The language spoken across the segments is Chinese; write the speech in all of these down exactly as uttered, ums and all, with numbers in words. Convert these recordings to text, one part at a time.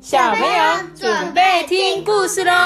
小朋友准备听故事咯。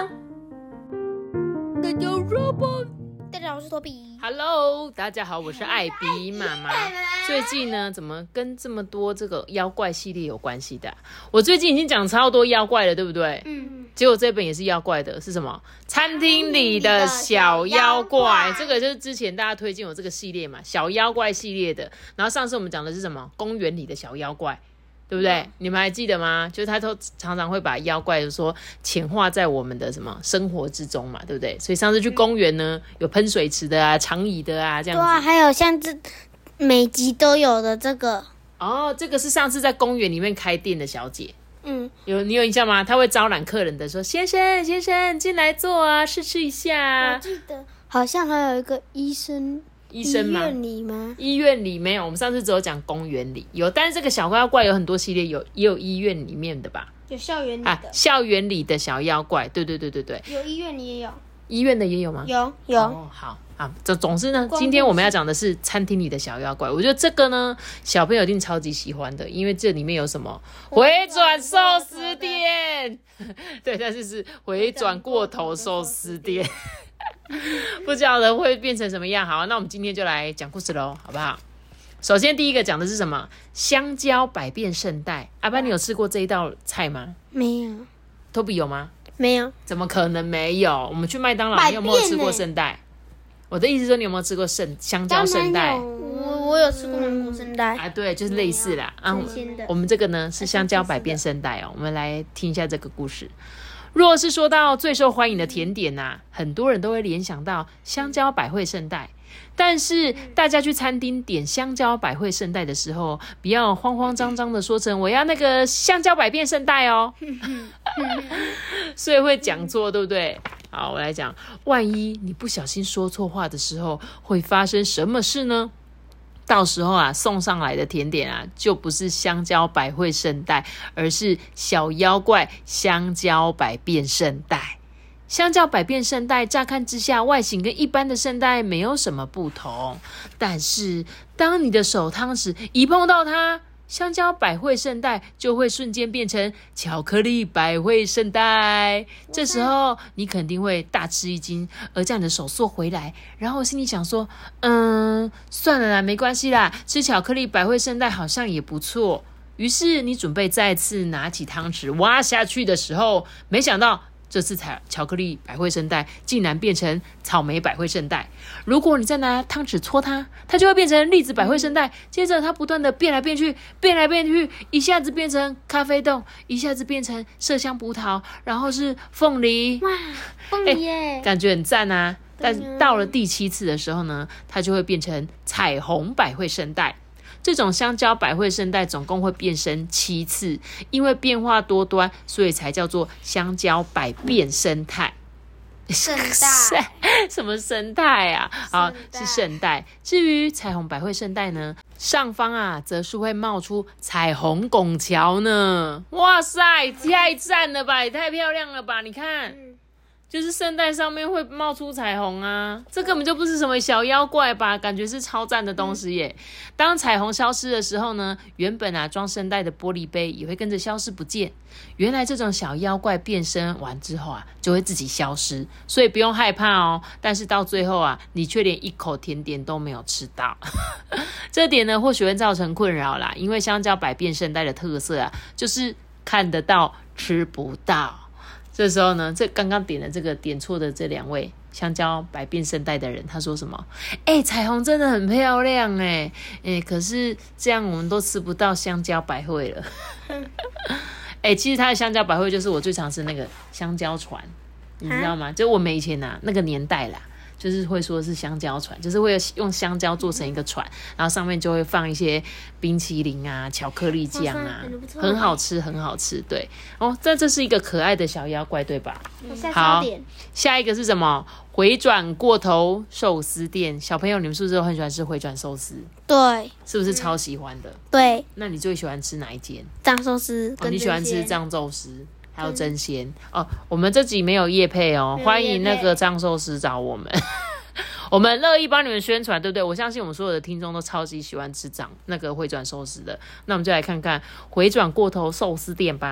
大家好，大家好，我是托比。 Hello， 大家好，我是艾比妈妈。最近呢，怎么跟这么多这个妖怪系列有关系的、啊？我最近已经讲超多妖怪了，对不对？嗯。结果这本也是妖怪的，是什么？餐厅里的小妖怪。这个就是之前大家推荐我这个系列嘛，小妖怪系列的。然后上次我们讲的是什么？公园里的小妖怪。对不对？你们还记得吗？就是他都常常会把妖怪说潜化在我们的什么生活之中嘛，对不对？所以上次去公园呢，有喷水池的啊，长椅的啊，这样子。 对啊，还有像这每集都有的这个。 哦，这个是上次在公园里面开店的小姐。 嗯， 有你有印象吗？她会招揽客人的说：“先生，先生，进来坐啊，试吃一下。” 我记得好像还有一个医生。 医生吗？ 医院里吗？ 医院里没有，我们上次只有讲公园里有，但是这个小妖怪有很多系列，有也有医院里面的吧？ 有校园里的， 啊，校园里的小妖怪，对对对对对， 有医院里也有， 医院的也有吗？ 有有。 哦，好啊，总总之呢，今天我们要讲的是餐厅里的小妖怪。我觉得这个呢，小朋友一定超级喜欢的，因为这里面有什么回转寿司店，对，但是是回转过头寿司店。不晓得会变成什么样。好，那我们今天就来讲故事咯，好不好？首先第一个讲的是什么？香蕉百变圣代。阿班，你有吃过这一道菜吗？ 没有。 托比有吗？ 没有。 怎么可能没有？我们去麦当劳，你有没有吃过圣代？我的意思说，你有没有吃过圣香蕉圣代？ 我我有吃过芒果圣代啊， 对，就是类似啦。啊，我们这个呢是香蕉百变圣代哦。我们来听一下这个故事。若是说到最受欢迎的甜点啊，很多人都会联想到香蕉百惠圣代。但是大家去餐厅点香蕉百惠圣代的时候，不要慌慌张张的说成我要那个香蕉百变圣代哦，所以会讲错，对不对？好，我来讲，万一你不小心说错话的时候，会发生什么事呢？到时候啊，送上来的甜点啊，就不是香蕉百惠圣代，而是小妖怪香蕉百变圣代。香蕉百变圣代乍看之下，外形跟一般的圣代没有什么不同，但是当你的手汤匙一碰到它，香蕉百惠圣代就会瞬间变成巧克力百惠圣代。这时候你肯定会大吃一惊，而将你的手缩回来，然后心里想说，嗯，算了啦，没关系啦，吃巧克力百惠圣代好像也不错。于是你准备再次拿起汤匙挖下去的时候，没想到这次巧克力百惠圣代竟然变成草莓百惠圣代。如果你再拿汤匙搓它，它就会变成栗子百惠圣代。接着它不断的变来变去，变来变去，一下子变成咖啡豆，一下子变成麝香葡萄，然后是凤梨。 哇，凤梨耶、 欸，感觉很赞啊！但到了第七次的时候呢，它就会变成彩虹百惠圣代。这种香蕉百惠圣代总共会变身七次，因为变化多端，所以才叫做香蕉百变生态。 圣代什么生态啊？好，是圣代。至于彩虹百惠圣代呢，上方啊则是会冒出彩虹拱桥呢。哇塞，太赞了吧，也太漂亮了吧！你看。嗯，就是圣代上面会冒出彩虹啊，这根本就不是什么小妖怪吧，感觉是超赞的东西耶。当彩虹消失的时候呢，原本啊装圣代的玻璃杯也会跟着消失不见。原来这种小妖怪变身完之后啊，就会自己消失，所以不用害怕哦。但是到最后啊，你却连一口甜点都没有吃到，这点呢或许会造成困扰啦，因为香蕉百变圣代的特色啊，就是看得到吃不到。这时候呢，这刚刚点的这个点错的这两位香蕉百变圣代的人，他说什么？哎、欸，彩虹真的很漂亮哎、欸欸，可是这样我们都吃不到香蕉百惠了。哎、欸，其实它的香蕉百惠就是我最常吃那个香蕉船，你知道吗？就我们以前啊那个年代啦。就是会说是香蕉船，就是会用香蕉做成一个船，然后上面就会放一些冰淇淋啊、巧克力酱啊，很好吃，很好吃。对哦，这这是一个可爱的小妖怪，对吧？ 嗯、好， 下一个是什么？回转过头寿司店。小朋友，你们是不是都很喜欢吃回转寿司？ 对， 是不是超喜欢的？ 对。 那你最喜欢吃哪一间？ 藏寿司跟、 哦。你喜欢吃藏寿司？还有真鲜哦，我们这集没有业配哦，欢迎那个藏寿司找我们，我们乐意帮你们宣传，对不对？我相信我们所有的听众都超级喜欢吃藏那个回转寿司的，那我们就来看看回转过头寿司店吧。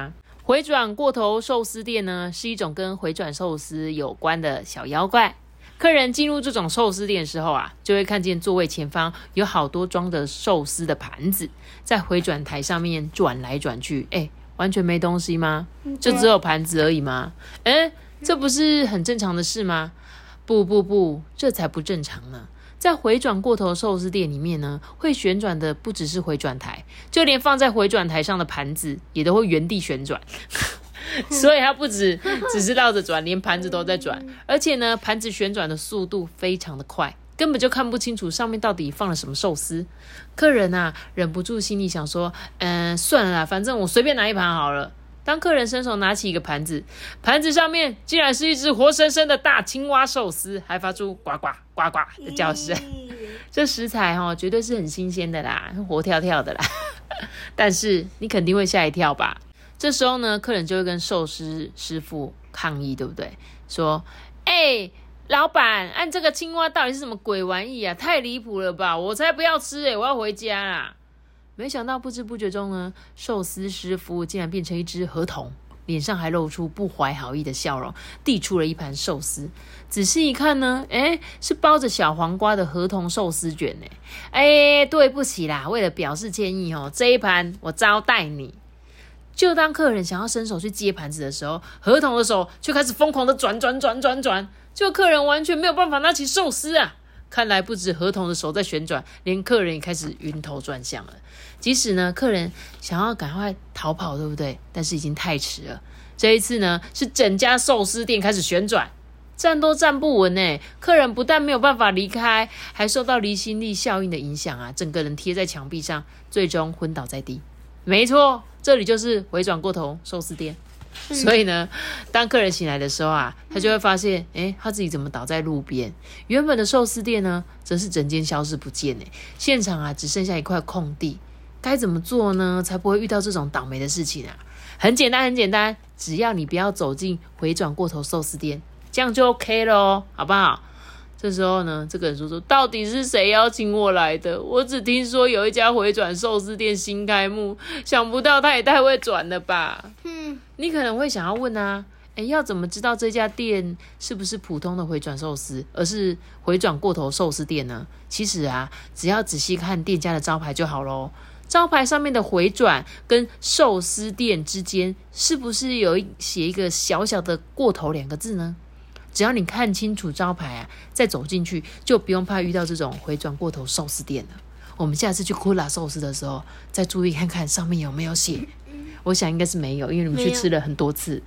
回转过头寿司店呢，是一种跟回转寿司有关的小妖怪。客人进入这种寿司店的时候啊，就会看见座位前方有好多装的寿司的盘子，在回转台上面转来转去。哎，完全没东西吗？就只有盘子而已吗？哎，这不是很正常的事吗？不不不，这才不正常呢。在回转过头寿司店里面呢，会旋转的不只是回转台，就连放在回转台上的盘子也都会原地旋转。所以它不止只是绕着转，连盘子都在转，而且呢，盘子旋转的速度非常的快，根本就看不清楚上面到底放了什么寿司。客人啊，忍不住心里想说，嗯，算了啦，反正我随便拿一盘好了。当客人伸手拿起一个盘子，盘子上面竟然是一只活生生的大青蛙寿司，还发出呱呱呱呱的叫声。这食材哦，绝对是很新鲜的啦，活跳跳的啦。但是你肯定会吓一跳吧？这时候呢，客人就会跟寿司师傅抗议，对不对？说，哎、欸，老板，按这个青蛙到底是什么鬼玩意啊？太离谱了吧！我才不要吃哎、欸，我要回家啦！没想到不知不觉中呢，寿司师傅竟然变成一只河童，脸上还露出不怀好意的笑容，递出了一盘寿司。仔细一看呢，哎，是包着小黄瓜的河童寿司卷哎！哎，对不起啦，为了表示歉意哦，这一盘我招待你。就当客人想要伸手去接盘子的时候，河童的手却开始疯狂的转转转转转，就客人完全没有办法拿起寿司啊！看来不止河童的手在旋转，连客人也开始晕头转向了。即使呢，客人想要赶快逃跑，对不对？但是已经太迟了。这一次呢，是整家寿司店开始旋转，站都站不稳呢。客人不但没有办法离开，还受到离心力效应的影响啊，整个人贴在墙壁上，最终昏倒在地。没错，这里就是回转过头寿司店。所以呢，当客人醒来的时候啊，他就会发现，哎，他自己怎么倒在路边？原本的寿司店呢，则是整间消失不见哎，现场啊只剩下一块空地。该怎么做呢，才不会遇到这种倒霉的事情啊？很简单，很简单，只要你不要走进回转过头寿司店，这样就 OK 咯，好不好？这时候呢，这个人说说，到底是谁邀请我来的？我只听说有一家回转寿司店新开幕，想不到他也太会转了吧？嗯，你可能会想要问啊，诶，要怎么知道这家店是不是普通的回转寿司，而是回转过头寿司店呢？其实啊，只要仔细看店家的招牌就好咯。招牌上面的回转跟寿司店之间，是不是有一写一个小小的过头两个字呢？只要你看清楚招牌啊，再走进去，就不用怕遇到这种回转过头寿司店了。我们下次去库拉寿司的时候，再注意看看上面有没有写。我想应该是没有，因为你们去吃了很多次。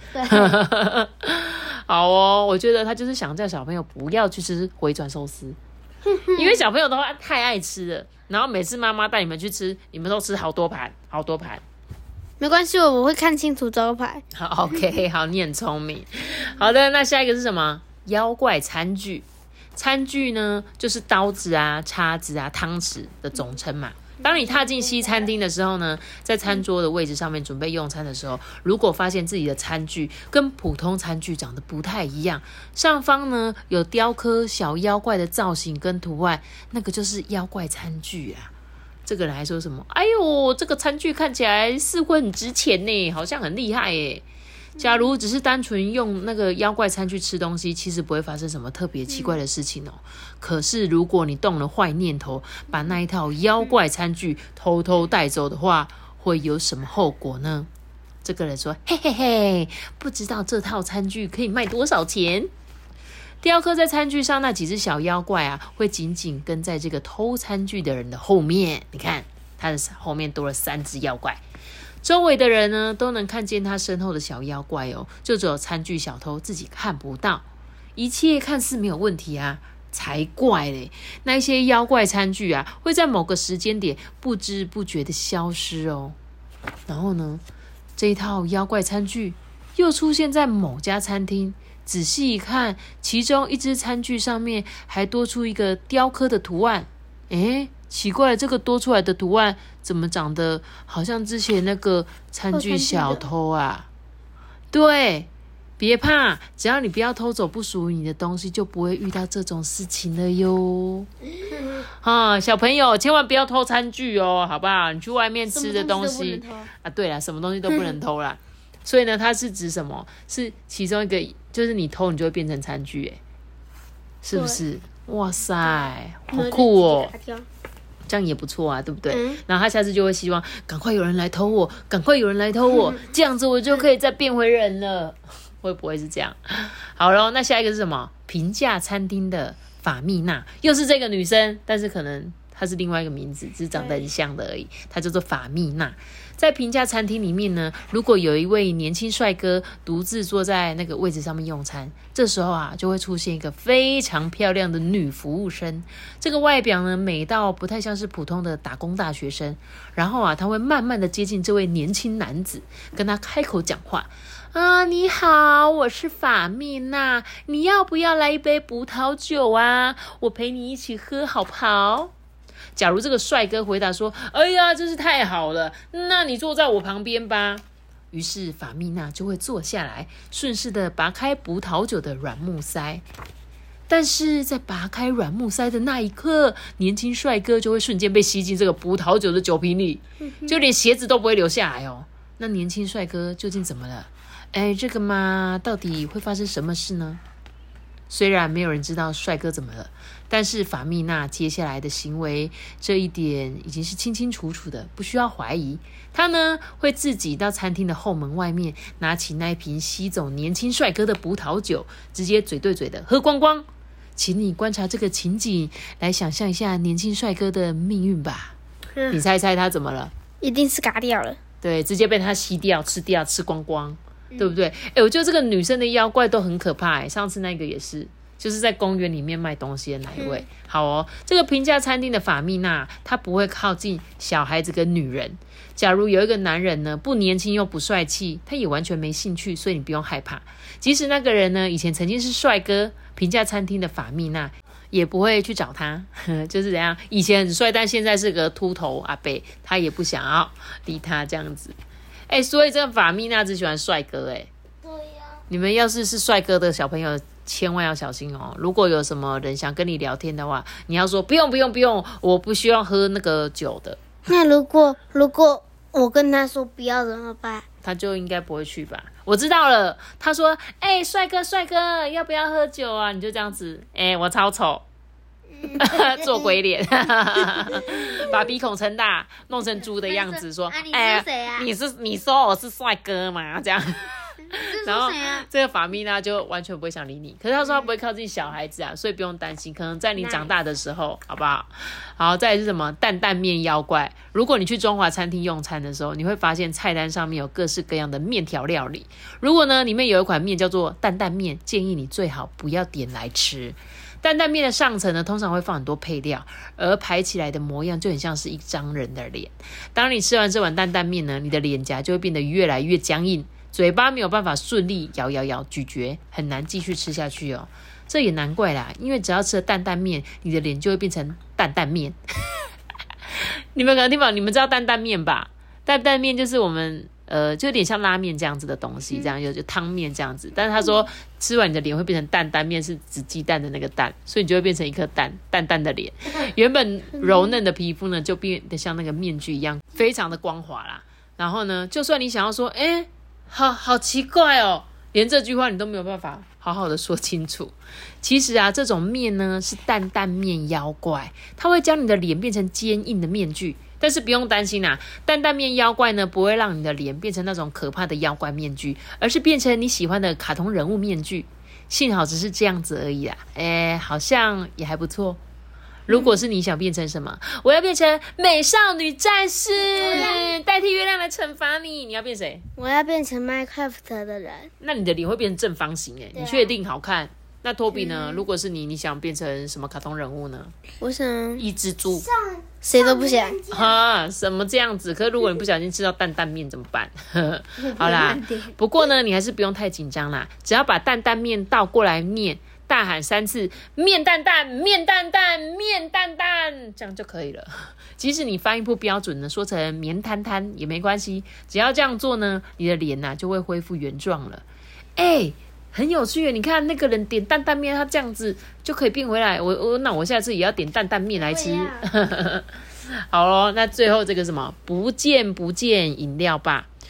好哦，我觉得他就是想叫小朋友不要去吃回转寿司，因为小朋友都太爱吃了。然后每次妈妈带你们去吃，你们都吃好多盘，好多盘。 没关系，我会看清楚招牌。 好 ，OK， 好，你很聪明。好的，那下一个是什么？妖怪餐具。餐具呢，就是刀子啊、叉子啊、汤匙的总称嘛。当你踏进西餐厅的时候呢，在餐桌的位置上面准备用餐的时候，如果发现自己的餐具跟普通餐具长得不太一样，上方呢有雕刻小妖怪的造型跟图案，那个就是妖怪餐具啊。这个人还说什么？哎呦，这个餐具看起来似乎很值钱呢，好像很厉害耶。假如只是单纯用那个妖怪餐具吃东西，其实不会发生什么特别奇怪的事情哦。可是如果你动了坏念头，把那一套妖怪餐具偷偷带走的话，会有什么后果呢？这个人说：嘿嘿嘿，不知道这套餐具可以卖多少钱？雕刻在餐具上那几只小妖怪啊，会紧紧跟在这个偷餐具的人的后面。你看，他的后面多了三只妖怪。周围的人呢，都能看见他身后的小妖怪哦，就只有餐具小偷自己看不到。一切看似没有问题啊，才怪嘞！那一些妖怪餐具啊，会在某个时间点不知不觉的消失哦。然后呢，这一套妖怪餐具又出现在某家餐厅。仔细一看，其中一只餐具上面还多出一个雕刻的图案。诶，奇怪，这个多出来的图案怎么长得好像之前那个餐具小偷啊？对，别怕，只要你不要偷走不属于你的东西，就不会遇到这种事情了哟。啊，小朋友千万不要偷餐具哦，好不好？你去外面吃的东西啊，对啦，什么东西都不能偷啦。 所以呢，它是指什么？是其中一个，就是你偷，你就会变成餐具，哎，是不是？哇塞，好酷哦！这样也不错啊，对不对？嗯、然后他下次就会希望，赶快有人来偷我，赶快有人来偷我，嗯、这样子我就可以再变回人了。会不会是这样？好咯，那下一个是什么？平价餐厅的法蜜娜，又是这个女生，但是可能她是另外一个名字，只是长得很像的而已。她叫做法蜜娜。在平价餐厅里面呢，如果有一位年轻帅哥独自坐在那个位置上面用餐，这时候啊，就会出现一个非常漂亮的女服务生。这个外表呢，美到不太像是普通的打工大学生。然后啊，她会慢慢的接近这位年轻男子，跟他开口讲话。啊，你好，我是法蜜娜，你要不要来一杯葡萄酒啊？我陪你一起喝好不好？假如这个帅哥回答说，哎呀，真是太好了，那你坐在我旁边吧。于是法蜜娜就会坐下来，顺势的拔开葡萄酒的软木塞。但是在拔开软木塞的那一刻，年轻帅哥就会瞬间被吸进这个葡萄酒的酒瓶里，就连鞋子都不会留下来哦。那年轻帅哥究竟怎么了？哎，这个嘛，到底会发生什么事呢？虽然没有人知道帅哥怎么了，但是法蜜娜接下来的行为，这一点已经是清清楚楚的，不需要怀疑。他呢，会自己到餐厅的后门外面，拿起那一瓶吸走年轻帅哥的葡萄酒，直接嘴对嘴的喝光光。请你观察这个情景，来想象一下年轻帅哥的命运吧。嗯、你猜猜他怎么了？ 一定是嘎掉了。 对，直接被他吸掉、吃掉、吃光光。对不对？哎，我觉得这个女生的妖怪都很可怕哎。上次那个也是，就是在公园里面卖东西的那一位。嗯、好哦，这个平价餐厅的法蜜娜，她不会靠近小孩子跟女人。假如有一个男人呢，不年轻又不帅气，他也完全没兴趣，所以你不用害怕。即使那个人呢，以前曾经是帅哥，平价餐厅的法蜜娜也不会去找他，就是怎样，以前很帅，但现在是个秃头阿伯，他也不想要理他这样子。哎、欸，所以这个法蜜娜只喜欢帅哥哎、欸。对呀、啊。你们要是是帅哥的小朋友，千万要小心哦。如果有什么人想跟你聊天的话，你要说不用不用不用，我不需要喝那个酒的。 那如果如果我跟他说不要怎么办？ 他就应该不会去吧？我知道了。他说：“哎、欸，帅哥帅哥，要不要喝酒啊？”你就这样子，哎、欸，我超丑。做鬼脸，把鼻孔撑大，弄成猪的样子，说：“哎、啊，你是你说我是帅哥吗？”这样，然后这个法蜜娜就完全不会想理你。可是他说他不会靠近小孩子啊，所以不用担心。可能在你长大的时候，好不好？好，再来是什么？担担面妖怪。如果你去中华餐厅用餐的时候，你会发现菜单上面有各式各样的面条料理。如果呢里面有一款面叫做担担面，建议你最好不要点来吃。担担面的上层呢，通常会放很多配料，而排起来的模样就很像是一张人的脸。当你吃完这碗担担面呢，你的脸颊就会变得越来越僵硬，嘴巴没有办法顺利咬咬咬咀嚼，很难继续吃下去哦。这也难怪啦，因为只要吃了担担面，你的脸就会变成担担面。你们可能听不懂，你们知道担担面吧？担担面就是我们呃，就有点像拉面这样子的东西，这样有就汤面这样子。但是他说吃完你的脸会变成担担面，是指鸡蛋的那个蛋，所以你就会变成一颗蛋蛋蛋的脸。原本柔嫩的皮肤呢，就变得像那个面具一样，非常的光滑啦。然后呢，就算你想要说，哎，好好奇怪哦，连这句话你都没有办法好好的说清楚。其实啊，这种面呢是担担面妖怪，它会将你的脸变成坚硬的面具。但是不用担心啦，担担面妖怪呢不会让你的脸变成那种可怕的妖怪面具，而是变成你喜欢的卡通人物面具。幸好只是这样子而已啦，诶，好像也还不错。如果是你想变成什么？我要变成美少女战士，代替月亮来惩罚你。你要变谁？ 我要变成 Minecraft 的人。 那你的脸会变成正方形诶，你确定好看？那托比呢？如果是你，你想变成什么卡通人物呢？ 我想一只猪， 谁都不想哈，什么这样子？可是如果你不小心吃到担担面怎么办？好啦，不过呢，你还是不用太紧张啦，只要把担担面倒过来念，大喊三次“面担担，面担担，面担担”，这样就可以了。即使你发音不标准呢，说成棉摊摊也没关系，只要这样做呢，你的脸啊就会恢复原状了。哎。很有趣耶，你看那个人点担担面，他这样子就可以变回来。我我那我下次也要点担担面来吃。好咯，那最后这个什么不见不见饮料吧。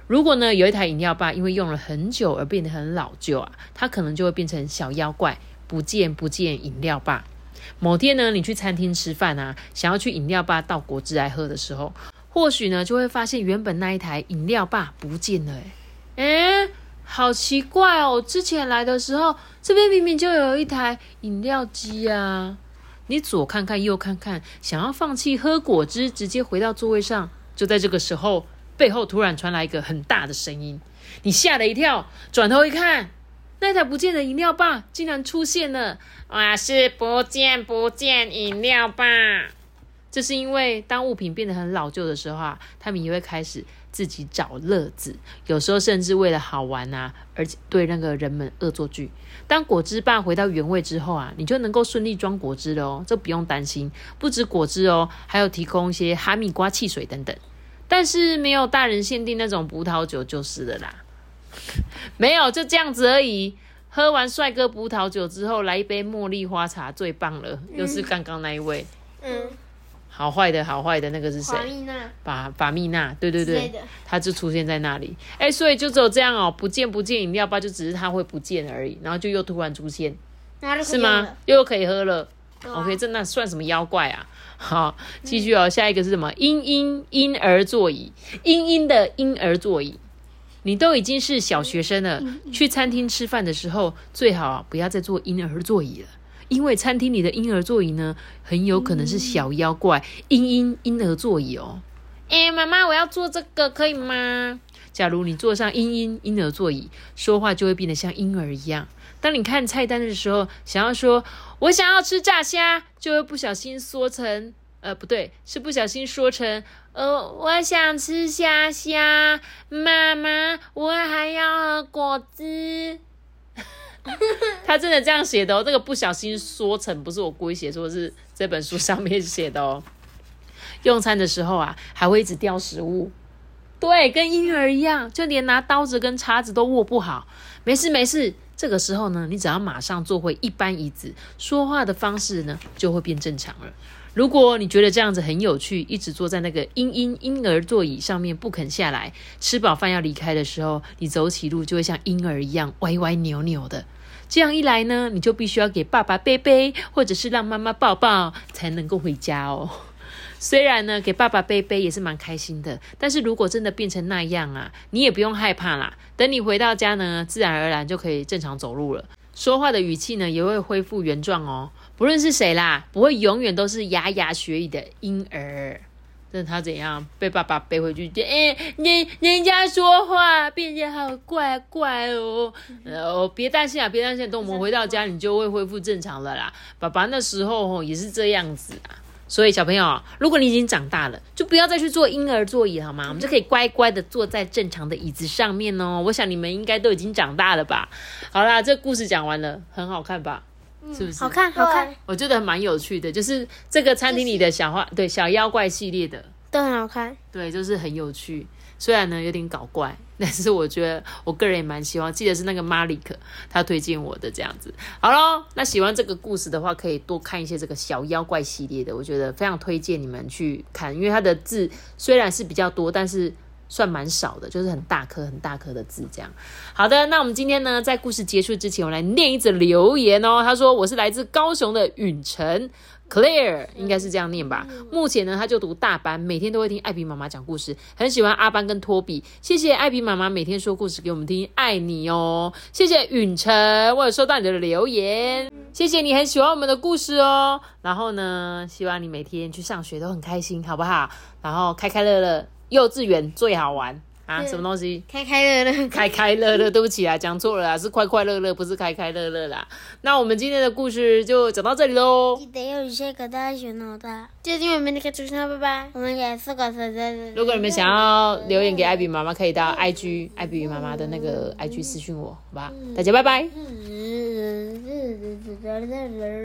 如果呢有一台饮料吧因为用了很久而变得很老旧啊，它可能就会变成小妖怪，不见不见饮料吧。某天呢你去餐厅吃饭啊，想要去饮料吧倒果汁来喝的时候，或许呢就会发现原本那一台饮料吧不见了。诶诶好奇怪哦，之前来的时候这边明明就有一台饮料机啊。你左看看右看看，想要放弃喝果汁直接回到座位上，就在这个时候背后突然传来一个很大的声音，你吓了一跳，转头一看，那台不见的饮料吧竟然出现了。我是不见不见饮料吧。这是因为当物品变得很老旧的时候啊，他们也会开始自己找乐子，有时候甚至为了好玩啊，而对那个人们恶作剧。当果汁吧回到原位之后啊，你就能够顺利装果汁了哦，这不用担心。不止果汁哦，还有提供一些哈密瓜汽水等等，但是没有大人限定那种葡萄酒就是了啦。没有，就这样子而已。喝完帅哥葡萄酒之后，来一杯茉莉花茶最棒了，又是刚刚那一位。嗯。好坏的好坏的那个是谁？ 法蜜娜。 法法蜜娜，对对对，他就出现在那里。哎，所以就只有这样哦，不见不见饮料吧，就只是他会不见而已，然后就又突然出现，是吗？又可以喝了。啊、OK， 这那算什么妖怪啊？好，继续哦，嗯、下一个是什么？婴婴婴儿座椅，婴婴的婴儿座椅。你都已经是小学生了，去餐厅吃饭的时候，最好不要再坐婴儿座椅了。因为餐厅里的婴儿座椅呢，很有可能是小妖怪婴婴婴儿座椅哦。哎，妈妈，我要坐这个，可以吗？假如你坐上婴婴婴儿座椅，说话就会变得像婴儿一样。当你看菜单的时候，想要说我想要吃炸虾，就会不小心说成呃不对，是不小心说成呃我想吃虾虾，妈妈，我还要喝果汁。他真的这样写的哦，这个不小心说成不是我故意写错，是这本书上面写的哦。用餐的时候啊，还会一直掉食物，对，跟婴儿一样，就连拿刀子跟叉子都握不好。没事没事，这个时候呢，你只要马上坐回一般椅子，说话的方式呢就会变正常了。如果你觉得这样子很有趣，一直坐在那个婴婴婴儿座椅上面不肯下来，吃饱饭要离开的时候，你走起路就会像婴儿一样歪歪扭扭的。这样一来呢，你就必须要给爸爸背背，或者是让妈妈抱抱，才能够回家哦。虽然呢，给爸爸背背也是蛮开心的，但是如果真的变成那样啊，你也不用害怕啦。等你回到家呢，自然而然就可以正常走路了，说话的语气呢也会恢复原状哦。不论是谁啦，不会永远都是牙牙学语的婴儿。那他怎样被爸爸背回去？哎、欸，人人家说话变得好怪怪哦。呃，别担心啊，别担心，等我们回到家，你就会恢复正常了啦。爸爸那时候也是这样子啊。所以小朋友，如果你已经长大了，就不要再去坐婴儿座椅好吗？我们就可以乖乖的坐在正常的椅子上面哦。我想你们应该都已经长大了吧？好啦，这故事讲完了，很好看吧？是不是？ 好看，好看， 我觉得蛮有趣的，就是这个餐厅里的小花，对小妖怪系列的都很好看， 对，就是很有趣。虽然呢有点搞怪，但是我觉得我个人也蛮喜欢。记得是那个马里克他推荐我的这样子。好咯，那喜欢这个故事的话，可以多看一些这个小妖怪系列的，我觉得非常推荐你们去看，因为它的字虽然是比较多，但是算蛮少的，就是很大颗很大颗的字这样。好的，那我们今天呢在故事结束之前，我来念一则留言哦。他说我是来自高雄的允晨 Claire， 应该是这样念吧。目前呢他就读大班，每天都会听艾比妈妈讲故事，很喜欢阿班跟托比。谢谢艾比妈妈每天说故事给我们听，爱你哦。谢谢允晨，我有收到你的留言，谢谢你很喜欢我们的故事哦。然后呢希望你每天去上学都很开心好不好，然后开开乐乐，幼稚园最好玩啊！什么东西？ 开开乐乐， 开开乐乐，对不起啊，讲错了啦，是快快乐乐，不是开开乐乐啦。那我们今天的故事就讲到这里喽。 记得要有些个大选哦的，就因为我们那个主持人，拜拜。我们也是个谁谁。 如果你们想要留言给艾比妈妈，可以到 I G 艾比妈妈的那个 I G 私讯我，好吧？大家拜拜。